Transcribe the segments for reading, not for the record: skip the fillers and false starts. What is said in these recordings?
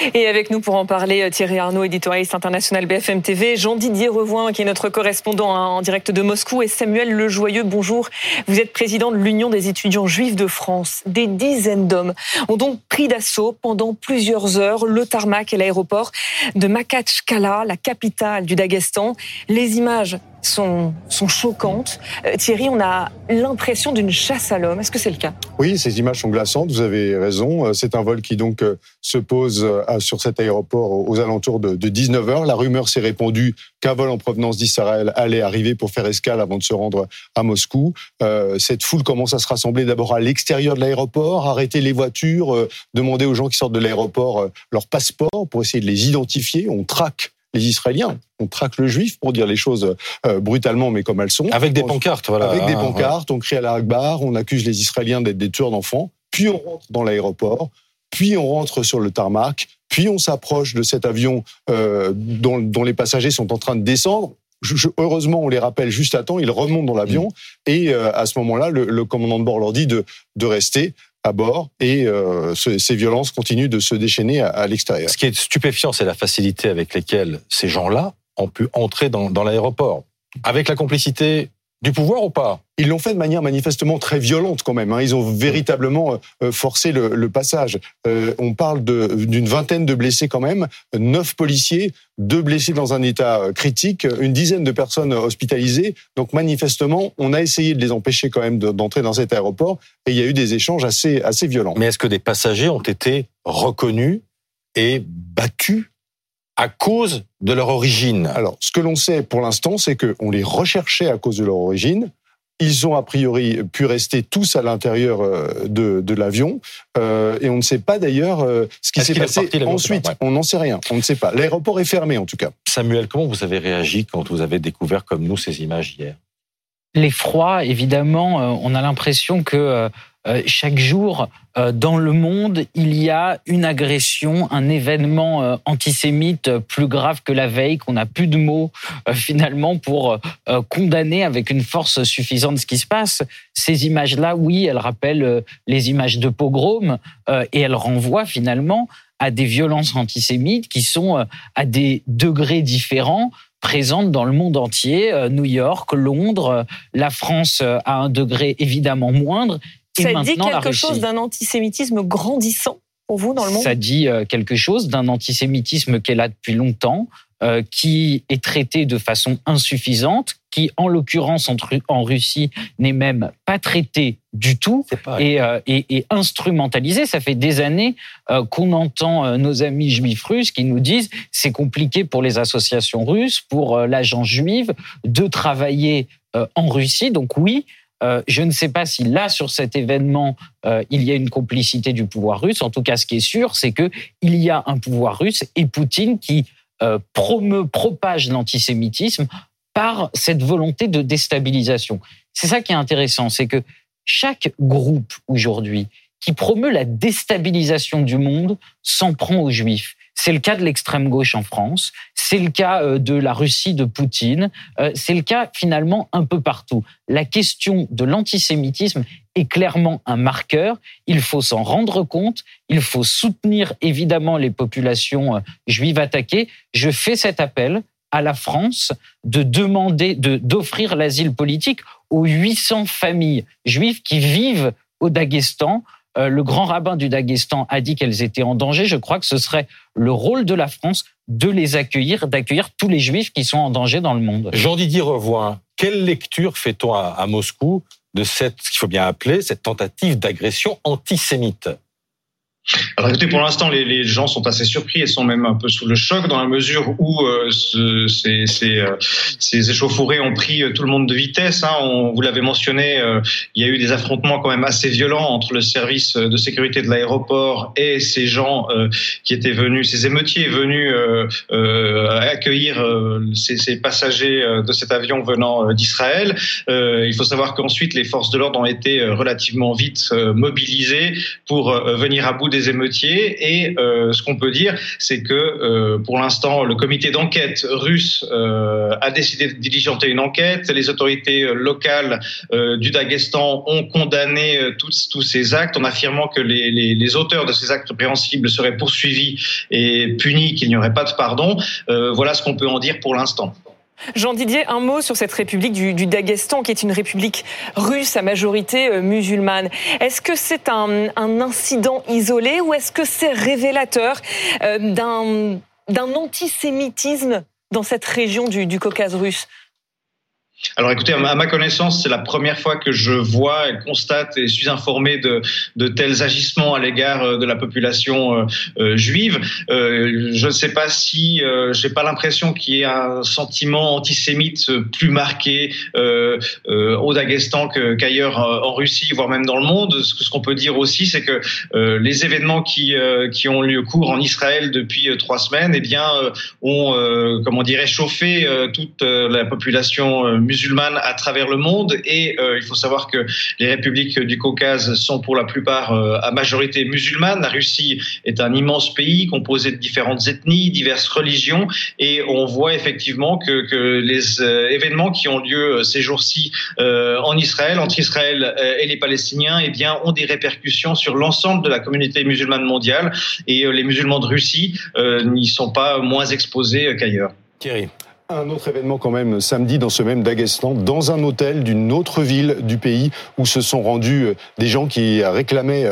Et avec nous pour en parler, Thierry Arnaud, éditorialiste international BFM TV, Jean-Didier Revoin, qui est notre correspondant en direct de Moscou, et Samuel Lejoyeux, bonjour. Vous êtes président de l'Union des étudiants juifs de France. Des dizaines d'hommes ont donc pris d'assaut pendant plusieurs heures le tarmac et l'aéroport de Makhatchkala, la capitale du Daghestan. Les images sont choquantes. Thierry, on a l'impression d'une chasse à l'homme. Est-ce que c'est le cas ? Oui, ces images sont glaçantes, vous avez raison. C'est un vol qui donc se pose sur cet aéroport aux alentours de 19h. La rumeur s'est répandue qu'un vol en provenance d'Israël allait arriver pour faire escale avant de se rendre à Moscou. Cette foule commence à se rassembler d'abord à l'extérieur de l'aéroport, arrêter les voitures, demander aux gens qui sortent de l'aéroport leur passeport pour essayer de les identifier. On traque les Israéliens, on traque le juif, pour dire les choses brutalement, mais comme elles sont. Avec des pancartes, voilà. Avec des pancartes, on crie à la Akbar, on accuse les Israéliens d'être des tueurs d'enfants, puis on rentre dans l'aéroport, puis on rentre sur le tarmac, puis on s'approche de cet avion dont les passagers sont en train de descendre. Heureusement, on les rappelle juste à temps, ils remontent dans l'avion, et à ce moment-là, le commandant de bord leur dit de rester à bord, et ces violences continuent de se déchaîner à l'extérieur. Ce qui est stupéfiant, c'est la facilité avec laquelle ces gens-là ont pu entrer dans l'aéroport. Avec la complicité du pouvoir ou pas ? Ils l'ont fait de manière manifestement très violente quand même. Ils ont véritablement forcé le passage. On parle d'une vingtaine de blessés quand même, 9 policiers, 2 blessés dans un état critique, une dizaine de personnes hospitalisées. Donc manifestement, on a essayé de les empêcher quand même d'entrer dans cet aéroport, et il y a eu des échanges assez violents. Mais est-ce que des passagers ont été reconnus et battus à cause de leur origine ? Alors, ce que l'on sait pour l'instant, c'est qu'on les recherchait à cause de leur origine. Ils ont a priori pu rester tous à l'intérieur de l'avion. Et on ne sait pas d'ailleurs ce qui s'est passé ensuite. Ouais. On n'en sait rien, on ne sait pas. L'aéroport est fermé en tout cas. Samuel, comment vous avez réagi quand vous avez découvert comme nous ces images hier ? L'effroi, évidemment, on a l'impression que chaque jour, dans le monde, il y a une agression, un événement antisémite plus grave que la veille, qu'on n'a plus de mots finalement pour condamner avec une force suffisante ce qui se passe. Ces images-là, oui, elles rappellent les images de pogrom et elles renvoient finalement à des violences antisémites qui sont à des degrés différents, présentes dans le monde entier, New York, Londres, la France à un degré évidemment moindre. Et ça dit quelque chose d'un antisémitisme grandissant pour vous dans le monde ? Ça dit quelque chose d'un antisémitisme qui est là depuis longtemps, qui est traité de façon insuffisante, qui en l'occurrence en Russie n'est même pas traité du tout et instrumentalisé. Ça fait des années qu'on entend nos amis juifs russes qui nous disent c'est compliqué pour les associations russes, pour l'agence juive de travailler en Russie. Donc oui, je ne sais pas si là, sur cet événement, il y a une complicité du pouvoir russe. En tout cas, ce qui est sûr, c'est qu'il y a un pouvoir russe et Poutine qui propage l'antisémitisme par cette volonté de déstabilisation. C'est ça qui est intéressant, c'est que chaque groupe aujourd'hui qui promeut la déstabilisation du monde s'en prend aux Juifs. C'est le cas de l'extrême gauche en France, c'est le cas de la Russie de Poutine, c'est le cas finalement un peu partout. La question de l'antisémitisme est clairement un marqueur, il faut s'en rendre compte, il faut soutenir évidemment les populations juives attaquées. Je fais cet appel à la France d'offrir l'asile politique aux 800 familles juives qui vivent au Daghestan. Le grand rabbin du Daghestan a dit qu'elles étaient en danger. Je crois que ce serait le rôle de la France de les accueillir, d'accueillir tous les juifs qui sont en danger dans le monde. Jean-Didier Revoin, quelle lecture fait-on à Moscou de ce qu'il faut bien appeler cette tentative d'agression antisémite ? Alors écoutez, pour l'instant, les gens sont assez surpris et sont même un peu sous le choc dans la mesure où ces échauffourées ont pris tout le monde de vitesse. Vous l'avez mentionné, il y a eu des affrontements quand même assez violents entre le service de sécurité de l'aéroport et ces gens qui étaient venus, ces émeutiers venus accueillir ces passagers de cet avion venant d'Israël. Il faut savoir qu'ensuite, les forces de l'ordre ont été relativement vite mobilisées pour venir à bout des émeutiers. Et ce qu'on peut dire, c'est que pour l'instant, le comité d'enquête russe a décidé de diligenter une enquête. Les autorités locales du Daghestan ont condamné tous ces actes en affirmant que les auteurs de ces actes répréhensibles seraient poursuivis et punis, qu'il n'y aurait pas de pardon. Voilà ce qu'on peut en dire pour l'instant. Jean-Didier, un mot sur cette république du Daghestan, qui est une république russe à majorité musulmane. Est-ce que c'est un incident isolé ou est-ce que c'est révélateur d'un antisémitisme dans cette région du Caucase russe ? Alors écoutez, à ma connaissance, c'est la première fois que je vois et constate et suis informé de tels agissements à l'égard de la population juive. Je ne sais pas si, j'ai pas l'impression qu'il y ait un sentiment antisémite plus marqué au Daghestan qu'ailleurs en Russie, voire même dans le monde. Ce qu'on peut dire aussi, c'est que les événements qui ont lieu cours en Israël depuis 3 semaines, eh bien, ont réchauffé toute la population musulmane à travers le monde. Et il faut savoir que les républiques du Caucase sont pour la plupart à majorité musulmane. La Russie est un immense pays composé de différentes ethnies, diverses religions, et on voit effectivement que les événements qui ont lieu ces jours-ci en Israël, entre Israël et les Palestiniens, eh bien, ont des répercussions sur l'ensemble de la communauté musulmane mondiale, et les musulmans de Russie n'y sont pas moins exposés qu'ailleurs. Thierry. Un autre événement quand même samedi dans ce même Daghestan, dans un hôtel d'une autre ville du pays où se sont rendus des gens qui réclamaient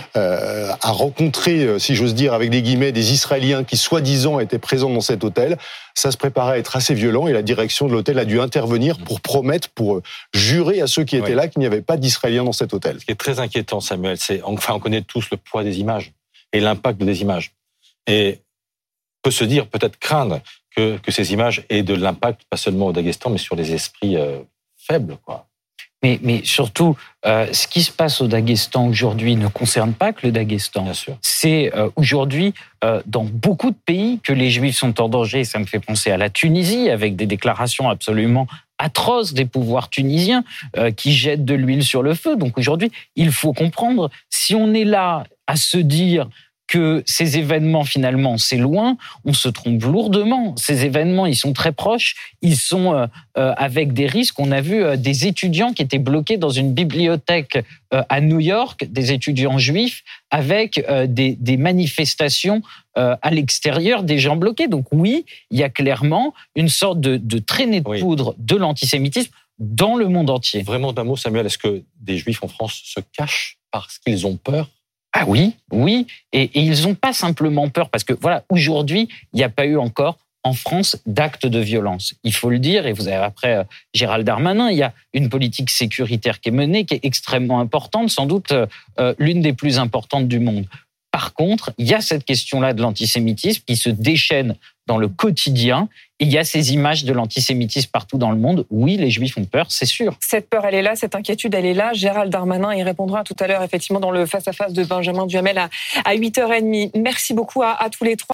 à rencontrer, si j'ose dire avec des guillemets, des Israéliens qui soi-disant étaient présents dans cet hôtel. Ça se préparait à être assez violent et la direction de l'hôtel a dû intervenir pour promettre, pour jurer à ceux qui étaient là qu'il n'y avait pas d'Israéliens dans cet hôtel. Ce qui est très inquiétant, Samuel, on connaît tous le poids des images et l'impact des images. Et on peut se dire, peut-être craindre que ces images aient de l'impact, pas seulement au Daghestan, mais sur les esprits faibles, quoi. Mais surtout, ce qui se passe au Daghestan aujourd'hui ne concerne pas que le Daghestan. Bien sûr. C'est aujourd'hui dans beaucoup de pays que les Juifs sont en danger. Ça me fait penser à la Tunisie, avec des déclarations absolument atroces des pouvoirs tunisiens qui jettent de l'huile sur le feu. Donc aujourd'hui, il faut comprendre, si on est là à se dire que ces événements, finalement, c'est loin, on se trompe lourdement. Ces événements, ils sont très proches, ils sont avec des risques. On a vu des étudiants qui étaient bloqués dans une bibliothèque à New York, des étudiants juifs, avec des manifestations à l'extérieur, des gens bloqués. Donc oui, il y a clairement une sorte de traînée de poudre de l'antisémitisme dans le monde entier. Vraiment d'un mot, Samuel, est-ce que des Juifs en France se cachent parce qu'ils ont peur ? Ah oui. Et ils n'ont pas simplement peur, parce que voilà, aujourd'hui, il n'y a pas eu encore en France d'actes de violence. Il faut le dire, et vous avez après Gérald Darmanin, il y a une politique sécuritaire qui est menée, qui est extrêmement importante, sans doute l'une des plus importantes du monde. Par contre, il y a cette question-là de l'antisémitisme qui se déchaîne dans le quotidien. Et il y a ces images de l'antisémitisme partout dans le monde. Oui, les Juifs ont peur, c'est sûr. Cette peur, elle est là, cette inquiétude, elle est là. Gérald Darmanin y répondra tout à l'heure, effectivement, dans le face-à-face de Benjamin Duhamel à 8h30. Merci beaucoup à tous les trois.